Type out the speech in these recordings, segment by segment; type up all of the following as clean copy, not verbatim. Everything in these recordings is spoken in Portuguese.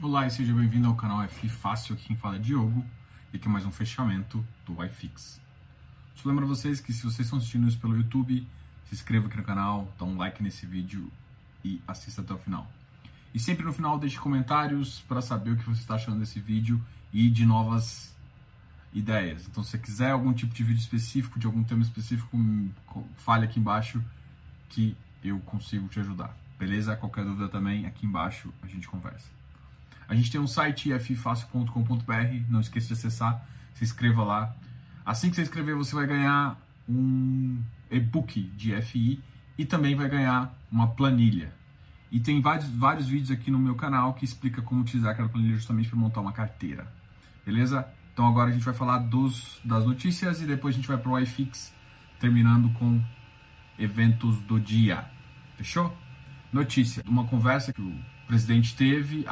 Olá e seja bem-vindo ao canal F Fácil, aqui quem fala é Diogo e aqui é mais um fechamento do iFix. Só lembro a vocês que se vocês estão assistindo isso pelo YouTube, se inscreva aqui no canal, dá um like nesse vídeo e assista até o final. E sempre no final deixe comentários para saber o que você está achando desse vídeo e de novas ideias. Então se você quiser algum tipo de vídeo específico, de algum tema específico, fale aqui embaixo que eu consigo te ajudar. Beleza? Qualquer dúvida também, aqui embaixo a gente conversa. A gente tem um site, ffacil.com.br, não esqueça de acessar, se inscreva lá. Assim que você inscrever, você vai ganhar um e-book de FI e também vai ganhar uma planilha. E tem vários vídeos aqui no meu canal que explica como utilizar aquela planilha justamente para montar uma carteira. Beleza? Então agora a gente vai falar das notícias e depois a gente vai para o iFix, terminando com eventos do dia. Fechou? Notícia, uma conversa que o presidente teve,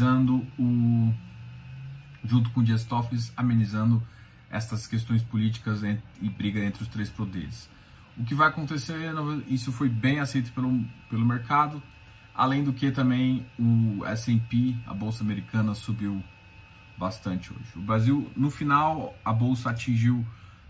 junto com o Dias Toffoli, amenizando estas questões políticas e briga entre os três poderes. O que vai acontecer, isso foi bem aceito pelo mercado, além do que também o S&P, a Bolsa Americana, subiu bastante hoje. O Brasil, no final, a Bolsa atingiu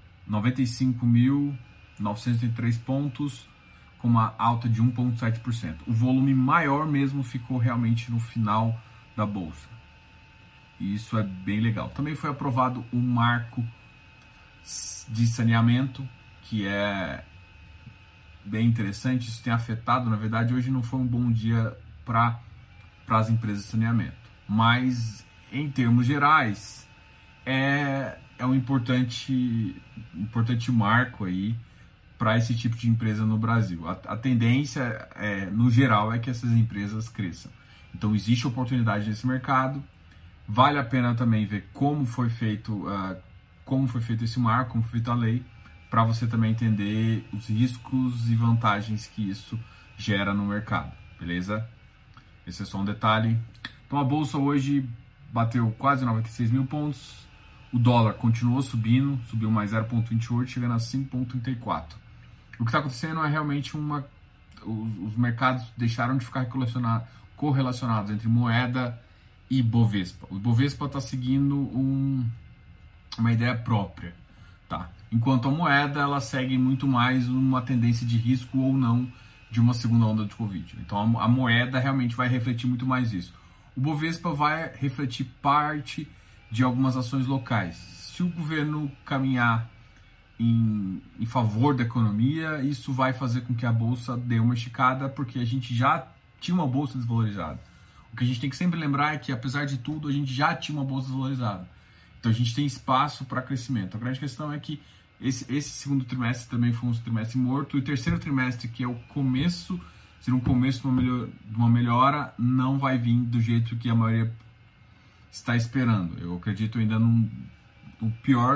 95.903 pontos, com uma alta de 1,7%. O volume maior mesmo ficou realmente no final da Bolsa. E isso é bem legal. Também foi aprovado um marco de saneamento, que é bem interessante. Isso tem afetado, na verdade, hoje não foi um bom dia para as empresas de saneamento. Mas, em termos gerais, é um importante marco aí para esse tipo de empresa no Brasil. A tendência, no geral, é que essas empresas cresçam. Então, existe oportunidade nesse mercado. Vale a pena também ver como foi feito esse marco, como foi feita a lei, para você também entender os riscos e vantagens que isso gera no mercado, beleza? Esse é só um detalhe. Então, a Bolsa hoje bateu quase 96 mil pontos. O dólar continuou subindo, subiu mais 0,28, chegando a 5,34. O que está acontecendo é realmente os mercados deixaram de ficar correlacionados entre moeda e Bovespa. O Bovespa está seguindo uma ideia própria, tá? Enquanto a moeda ela segue muito mais uma tendência de risco ou não de uma segunda onda de Covid. Então a moeda realmente vai refletir muito mais isso. O Bovespa vai refletir parte de algumas ações locais. Se o governo caminhar em favor da economia, isso vai fazer com que a Bolsa dê uma esticada, porque a gente já tinha uma Bolsa desvalorizada. O que a gente tem que sempre lembrar é que, apesar de tudo, a gente já tinha uma Bolsa desvalorizada. Então a gente tem espaço para crescimento. A grande questão é que esse segundo trimestre também foi um trimestre morto, e o terceiro trimestre, que é o começo, ser um começo de uma melhora, não vai vir do jeito que a maioria está esperando. Eu acredito ainda no pior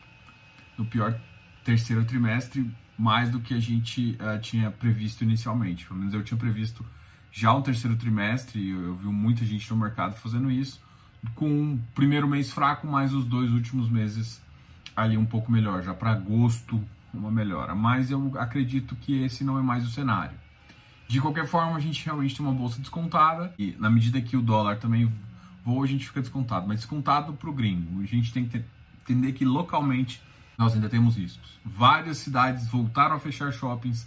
terceiro trimestre, mais do que a gente tinha previsto inicialmente. Pelo menos eu tinha previsto já um terceiro trimestre, e eu vi muita gente no mercado fazendo isso, com o primeiro mês fraco, mais os 2 últimos meses ali um pouco melhor, já para agosto uma melhora. Mas eu acredito que esse não é mais o cenário. De qualquer forma, a gente realmente tem uma bolsa descontada, e na medida que o dólar também voa, a gente fica descontado, mas descontado para o gringo. A gente tem que entender que localmente nós ainda temos riscos. Várias cidades voltaram a fechar shoppings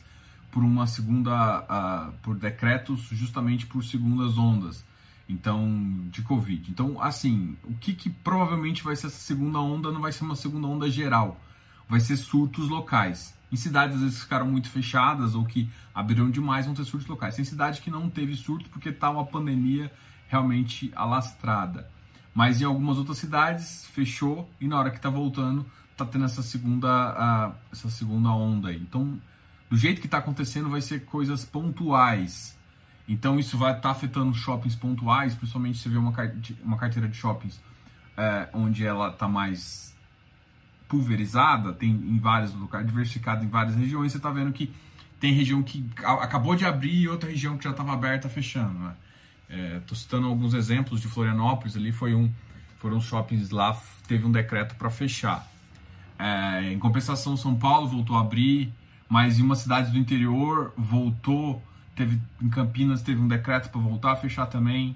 por decretos, justamente por segundas ondas, então, de Covid. Então, assim, o que provavelmente vai ser essa segunda onda não vai ser uma segunda onda geral, vai ser surtos locais. Em cidades, às vezes, que ficaram muito fechadas ou que abriram demais, vão ter surtos locais. Tem cidade que não teve surto porque está uma pandemia realmente alastrada. Mas em algumas outras cidades, fechou, e na hora que está voltando, está tendo essa segunda onda aí. Então, do jeito que está acontecendo, vai ser coisas pontuais. Então, isso vai estar afetando shoppings pontuais, principalmente se você vê uma carteira de shoppings onde ela está mais pulverizada, tem em vários lugares, diversificada em várias regiões, você está vendo que tem região que acabou de abrir e outra região que já estava aberta fechando, né? Estou citando alguns exemplos de Florianópolis, ali foram shoppings lá, teve um decreto para fechar. Em compensação, São Paulo voltou a abrir, mas em uma cidade do interior voltou, em Campinas teve um decreto para voltar a fechar também.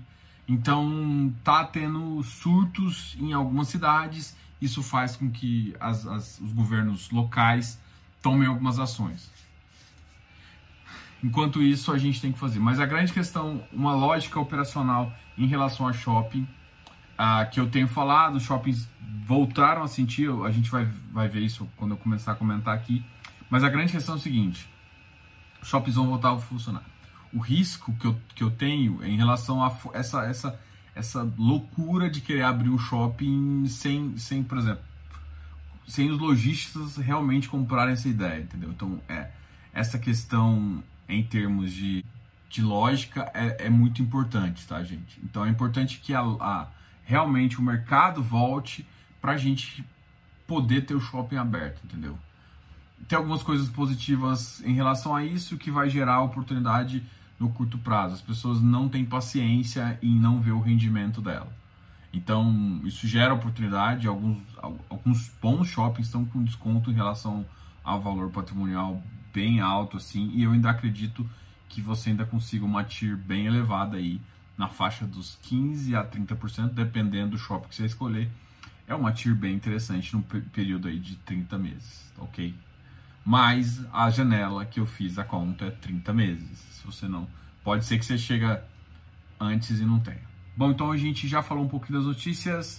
Então tá tendo surtos em algumas cidades, isso faz com que os governos locais tomem algumas ações. Enquanto isso, a gente tem que fazer. Mas a grande questão, uma lógica operacional em relação a shopping, que eu tenho falado, os shoppings voltaram a sentir, a gente vai ver isso quando eu começar a comentar aqui, mas a grande questão é o seguinte: os shoppings vão voltar a funcionar. O risco que eu tenho em relação a essa loucura de querer abrir um shopping sem, por exemplo, sem os lojistas realmente comprarem essa ideia, entendeu? Então, essa questão em termos de lógica é muito importante, tá, gente? Então, é importante que realmente o mercado volte para a gente poder ter o shopping aberto, entendeu? Tem algumas coisas positivas em relação a isso que vai gerar oportunidade no curto prazo. As pessoas não têm paciência em não ver o rendimento dela. Então, isso gera oportunidade. Alguns bons shoppings estão com desconto em relação ao valor patrimonial bem alto, assim, e eu ainda acredito que você ainda consiga uma TIR bem elevada aí, na faixa dos 15% a 30%, dependendo do shopping que você escolher. É uma TIR bem interessante num período aí de 30 meses, ok? Mas a janela que eu fiz a conta é 30 meses. Se você não... Pode ser que você chega antes e não tenha. Bom, então a gente já falou um pouquinho das notícias.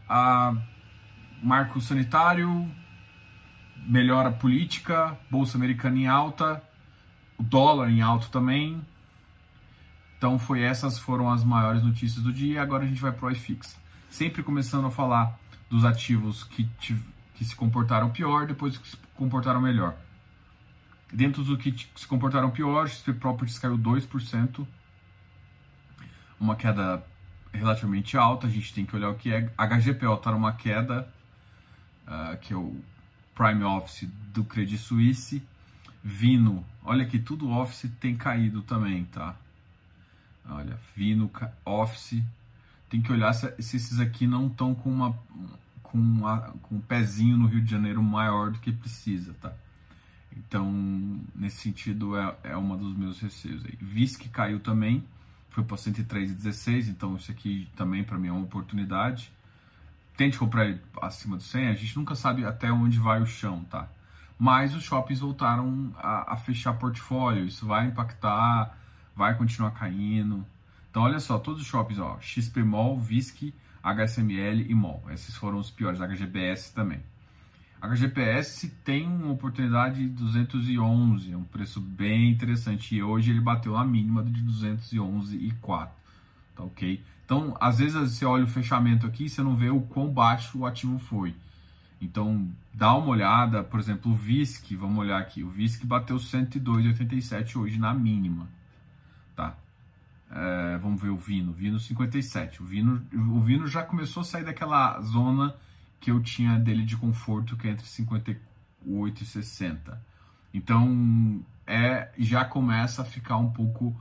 Marco sanitário, melhora política, Bolsa Americana em alta, o dólar em alta também. Então essas foram as maiores notícias do dia. Agora a gente vai para o iFix. Sempre começando a falar dos ativos que se comportaram pior, depois que se comportaram melhor. Dentro do que se comportaram pior, XP Properties caiu 2%, uma queda relativamente alta. A gente tem que olhar o que é. HGPO está numa queda, que é o Prime Office do Credit Suisse. Vino, olha aqui, tudo Office tem caído também, tá? Olha, Vino, Office, tem que olhar se esses aqui não estão com um pezinho no Rio de Janeiro maior do que precisa, tá? Então, nesse sentido, é uma dos meus receios aí. VISC caiu também, foi para 103,16, então isso aqui também para mim é uma oportunidade. Tente comprar ele acima do 100, a gente nunca sabe até onde vai o chão, tá? Mas os shoppings voltaram a fechar portfólio, isso vai impactar, vai continuar caindo. Então, olha só, todos os shoppings, ó, XP Mall, VISC, HSML e Mall. Esses foram os piores, HGBS também. HGPS tem uma oportunidade de 211, é um preço bem interessante. E hoje ele bateu a mínima de 211,4, tá ok? Então, às vezes você olha o fechamento aqui e você não vê o quão baixo o ativo foi. Então, dá uma olhada, por exemplo, o VISC, vamos olhar aqui. O VISC bateu 102,87 hoje na mínima, tá? Vamos ver o Vino 57. O Vino já começou a sair daquela zona que eu tinha dele de conforto, que é entre 58 e 60. Então, já começa a ficar um pouco...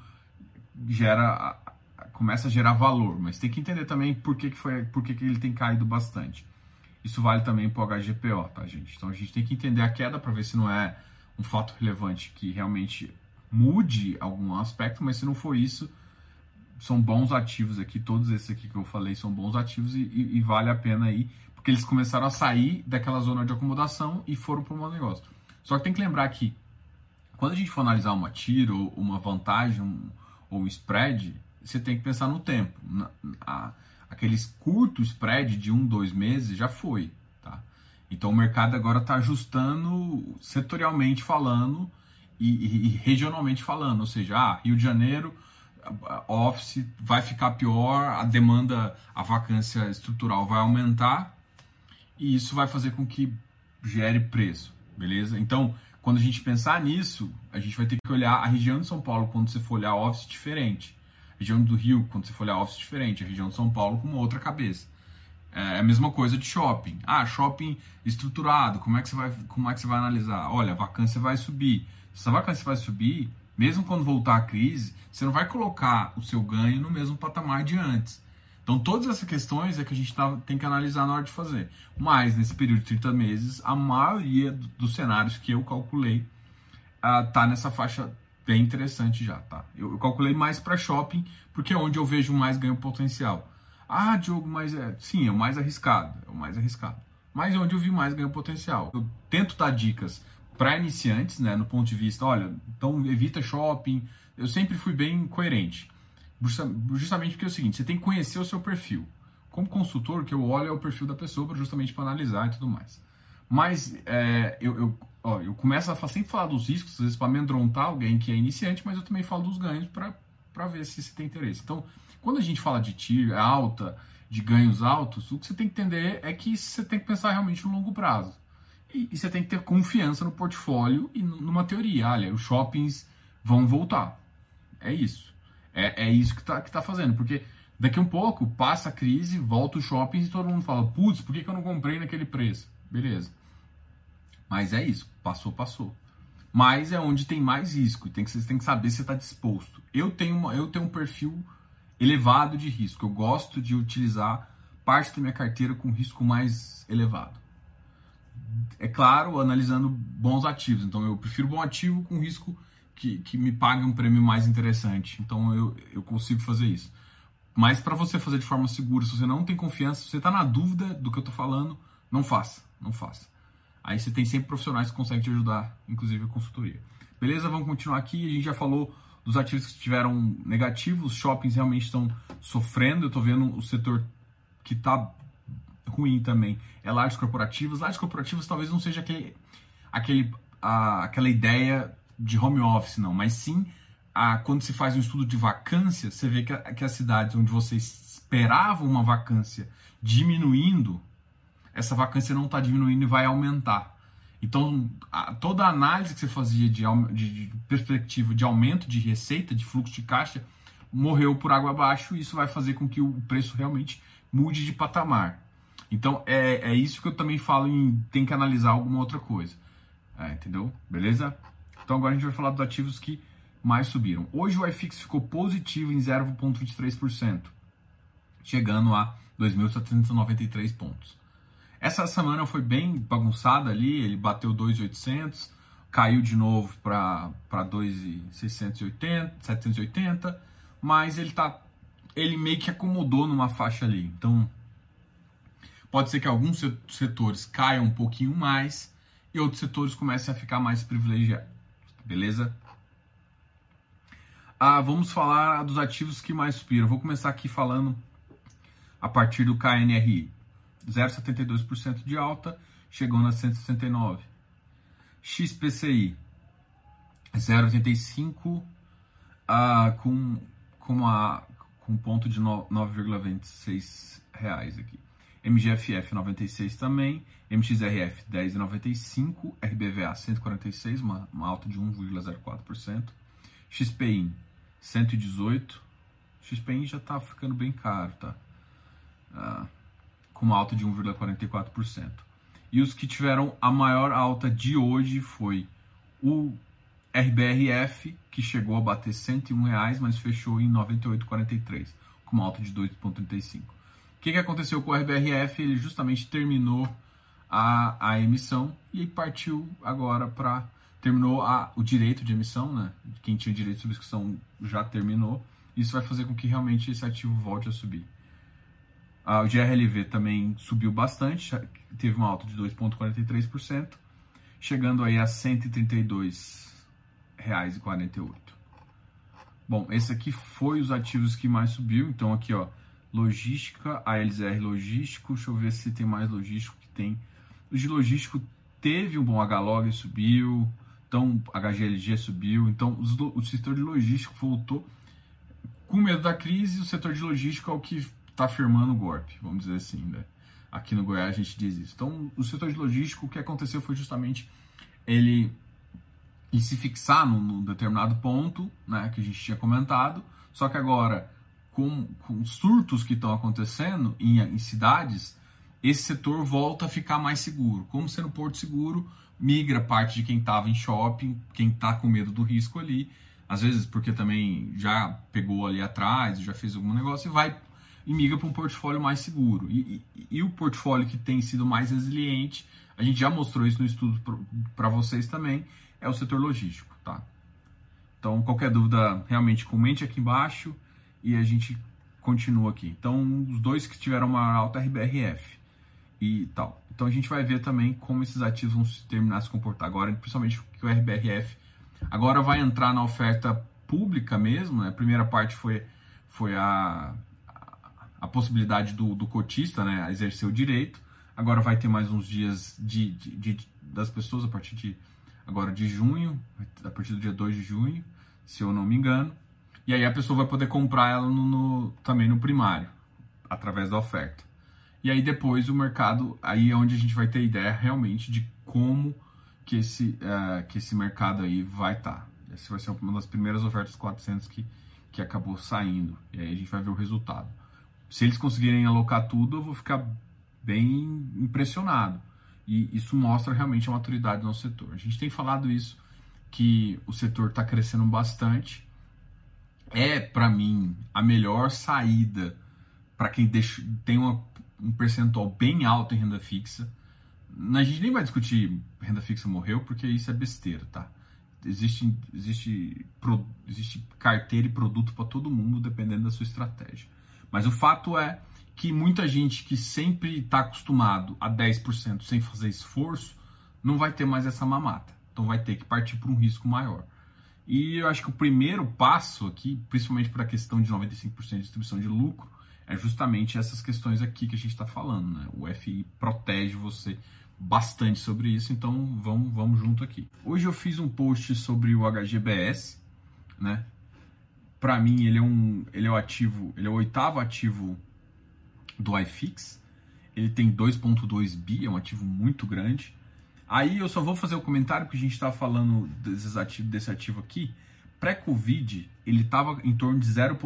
começa a gerar valor, mas tem que entender também por que ele tem caído bastante. Isso vale também para o HGPO, tá, gente? Então, a gente tem que entender a queda para ver se não é um fato relevante que realmente mude algum aspecto, mas se não for isso, são bons ativos aqui, todos esses aqui que eu falei são bons ativos e vale a pena aí, porque eles começaram a sair daquela zona de acomodação e foram para um bom negócio. Só que tem que lembrar que quando a gente for analisar uma TIR ou uma vantagem ou um spread, você tem que pensar no tempo. Aqueles curtos spread de 1, 2 meses já foi, tá? Então o mercado agora está ajustando setorialmente falando e regionalmente falando, ou seja, Rio de Janeiro, Office vai ficar pior, a demanda, a vacância estrutural vai aumentar e isso vai fazer com que gere preço, beleza? Então, quando a gente pensar nisso, a gente vai ter que olhar a região de São Paulo quando você for olhar Office diferente, a região do Rio quando você for olhar Office diferente, a região de São Paulo com uma outra cabeça. É a mesma coisa de shopping. Shopping estruturado, como é que você vai analisar? Olha, a vacância vai subir. Se a vacância vai subir, mesmo quando voltar a crise, você não vai colocar o seu ganho no mesmo patamar de antes. Então, todas essas questões é que a gente tem que analisar na hora de fazer. Mas, nesse período de 30 meses, a maioria dos cenários que eu calculei está nessa faixa bem interessante já, tá? Eu calculei mais para shopping, porque é onde eu vejo mais ganho potencial. Ah, Diogo, mas sim, é o mais arriscado, Mas é onde eu vi mais ganho potencial. Eu tento dar dicas para iniciantes, né, no ponto de vista, olha, então evita shopping. Eu sempre fui bem coerente. Justamente porque é o seguinte, você tem que conhecer o seu perfil. Como consultor, o que eu olho é o perfil da pessoa justamente para analisar e tudo mais. Mas eu começo a sempre falar dos riscos, às vezes para amedrontar alguém que é iniciante, mas eu também falo dos ganhos para ver se você tem interesse. Então, quando a gente fala de TIR alta, de ganhos altos, o que você tem que entender é que você tem que pensar realmente no longo prazo. E você tem que ter confiança no portfólio e numa teoria. Olha, os shoppings vão voltar. É isso. É isso que tá fazendo. Porque daqui a um pouco, passa a crise, volta os shoppings e todo mundo fala, putz, por que eu não comprei naquele preço? Beleza. Mas é isso. Passou. Mas é onde tem mais risco. E você tem que saber se você está disposto. Eu tenho um perfil elevado de risco. Eu gosto de utilizar parte da minha carteira com risco mais elevado. É claro, analisando bons ativos. Então, eu prefiro bom ativo com risco que me pague um prêmio mais interessante. Então, eu consigo fazer isso. Mas para você fazer de forma segura, se você não tem confiança, se você está na dúvida do que eu estou falando, não faça. Aí você tem sempre profissionais que conseguem te ajudar, inclusive a consultoria. Beleza? Vamos continuar aqui. A gente já falou dos ativos que tiveram negativos. Os shoppings realmente estão sofrendo. Eu estou vendo o setor que está ruim também é lajes corporativas. Lajes corporativas talvez não seja aquela ideia de home office, não, mas sim quando se faz um estudo de vacância, você vê que as cidades onde você esperava uma vacância diminuindo, essa vacância não está diminuindo e vai aumentar. Então, toda a análise que você fazia de perspectiva de aumento de receita, de fluxo de caixa, morreu por água abaixo, e isso vai fazer com que o preço realmente mude de patamar. Então, é isso que eu também falo tem que analisar alguma outra coisa. Entendeu? Beleza? Então, agora a gente vai falar dos ativos que mais subiram. Hoje o iFix ficou positivo em 0,23%, chegando a 2.793 pontos. Essa semana foi bem bagunçada ali, ele bateu 2.800, caiu de novo para 2.680, 780, mas ele meio que acomodou numa faixa ali. Então, pode ser que alguns setores caiam um pouquinho mais e outros setores comecem a ficar mais privilegiados, beleza? Vamos falar dos ativos que mais subiram. Vou começar aqui falando a partir do KNRI. 0,72% de alta, chegou na 169. XPCI, 0,85, com ponto de 9,26 reais aqui. MGFF 96 também, MXRF 10,95, RBVA 146, uma alta de 1,04%. XPIN 118, XPIN já está ficando bem caro, tá? Com uma alta de 1,44%. E os que tiveram a maior alta de hoje foi o RBRF, que chegou a bater R$101, mas fechou em 98,43, com uma alta de 2,35. O que aconteceu com o RBRF? Ele justamente terminou a emissão e partiu agora terminou o direito de emissão, né? Quem tinha direito de subscrição já terminou. Isso vai fazer com que realmente esse ativo volte a subir. O GRLV também subiu bastante, teve uma alta de 2,43%, chegando aí a R$ 132,48. Bom, esse aqui foi os ativos que mais subiu. Então aqui, ó, logística, ALZR logístico, deixa eu ver se tem mais logístico que tem. O de logístico teve um bom HLOG, subiu, então HGLG subiu, então o setor de logístico voltou com medo da crise. O setor de logístico é o que está firmando o golpe, vamos dizer assim, né? Aqui no Goiás a gente diz isso. Então, o setor de logístico, o que aconteceu foi justamente ele se fixar num determinado ponto, né, que a gente tinha comentado, só que agora, com surtos que estão acontecendo em cidades, esse setor volta a ficar mais seguro. Como sendo Porto Seguro, migra parte de quem estava em shopping, quem está com medo do risco ali, às vezes porque também já pegou ali atrás, já fez algum negócio e migra para um portfólio mais seguro. E o portfólio que tem sido mais resiliente, a gente já mostrou isso no estudo para vocês também, é o setor logístico, tá? Então, qualquer dúvida, realmente comente aqui embaixo e a gente continua aqui. Então, os dois que tiveram uma alta RBRF e tal. Então, a gente vai ver também como esses ativos vão terminar a se comportar agora, principalmente que o RBRF agora vai entrar na oferta pública mesmo, né? A primeira parte foi a possibilidade do cotista, né, a exercer o direito. Agora vai ter mais uns dias das pessoas a partir de junho, a partir do dia 2 de junho, se eu não me engano. E aí a pessoa vai poder comprar ela também no primário, através da oferta. E aí depois o mercado, aí é onde a gente vai ter ideia realmente de como que esse mercado aí vai estar. Essa vai ser uma das primeiras ofertas 400 que acabou saindo. E aí a gente vai ver o resultado. Se eles conseguirem alocar tudo, eu vou ficar bem impressionado. E isso mostra realmente a maturidade do nosso setor. A gente tem falado isso, que o setor está crescendo bastante. É, para mim, a melhor saída para quem tem um percentual bem alto em renda fixa. A gente nem vai discutir renda fixa morreu, porque isso é besteira, tá? Existe carteira e produto para todo mundo, dependendo da sua estratégia. Mas o fato é que muita gente que sempre está acostumado a 10% sem fazer esforço, não vai ter mais essa mamata. Então vai ter que partir para um risco maior. E eu acho que o primeiro passo aqui, principalmente para a questão de 95% de distribuição de lucro, é justamente essas questões aqui que a gente está falando, né? O FI protege você bastante sobre isso, então vamos junto aqui. Hoje eu fiz um post sobre o HGBS, né? Para mim ele é o oitavo ativo do iFix. Ele tem 2,2 bi, é um ativo muito grande. Aí eu só vou fazer o comentário porque a gente está falando desse ativo aqui. Pré-Covid ele estava em torno de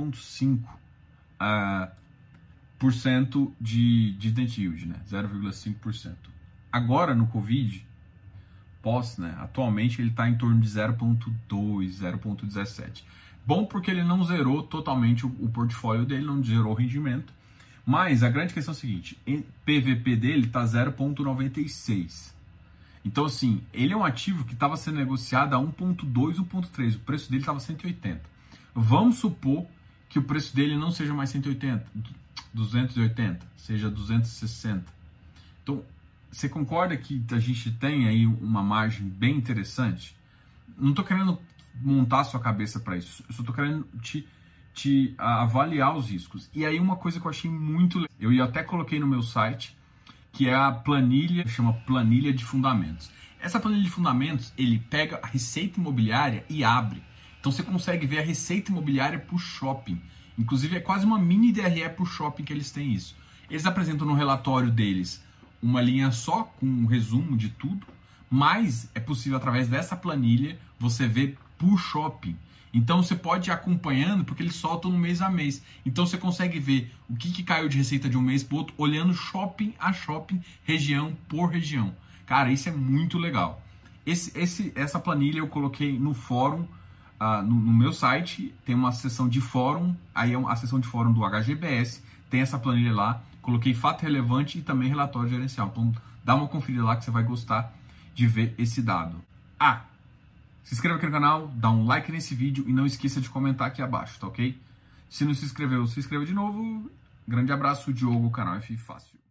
0,5% de dividend yield, né? 0,5%. Agora no Covid, né? Atualmente ele está em torno de 0,2, 0,17. Bom porque ele não zerou totalmente o portfólio dele, não zerou o rendimento. Mas a grande questão é a seguinte, PVP dele está 0,96. Então assim, ele é um ativo que estava sendo negociado a 1,2, 1,3. O preço dele estava 180. Vamos supor que o preço dele não seja mais 180, 280, seja 260. Então, você concorda que a gente tem aí uma margem bem interessante? Não estou querendo montar a sua cabeça para isso. Eu só estou querendo te avaliar os riscos. E aí uma coisa que eu achei muito legal, eu até coloquei no meu site, que é a planilha, chama planilha de fundamentos. Essa planilha de fundamentos, ele pega a receita imobiliária e abre. Então você consegue ver a receita imobiliária por shopping. Inclusive é quase uma mini DRE por shopping que eles têm isso. Eles apresentam no relatório deles uma linha só, com um resumo de tudo, mas é possível através dessa planilha você ver por shopping. Então você pode ir acompanhando, porque eles soltam no mês a mês. Então você consegue ver o que caiu de receita de um mês para o outro, olhando shopping a shopping, região por região. Cara, isso é muito legal. Essa planilha eu coloquei no fórum, no meu site, tem uma seção de fórum, aí é a seção de fórum do HGBS, tem essa planilha lá, coloquei fato relevante e também relatório gerencial. Então dá uma conferida lá que você vai gostar de ver esse dado. Se inscreva aqui no canal, dá um like nesse vídeo e não esqueça de comentar aqui abaixo, tá ok? Se não se inscreveu, se inscreva de novo. Grande abraço, Diogo, canal F Fácil.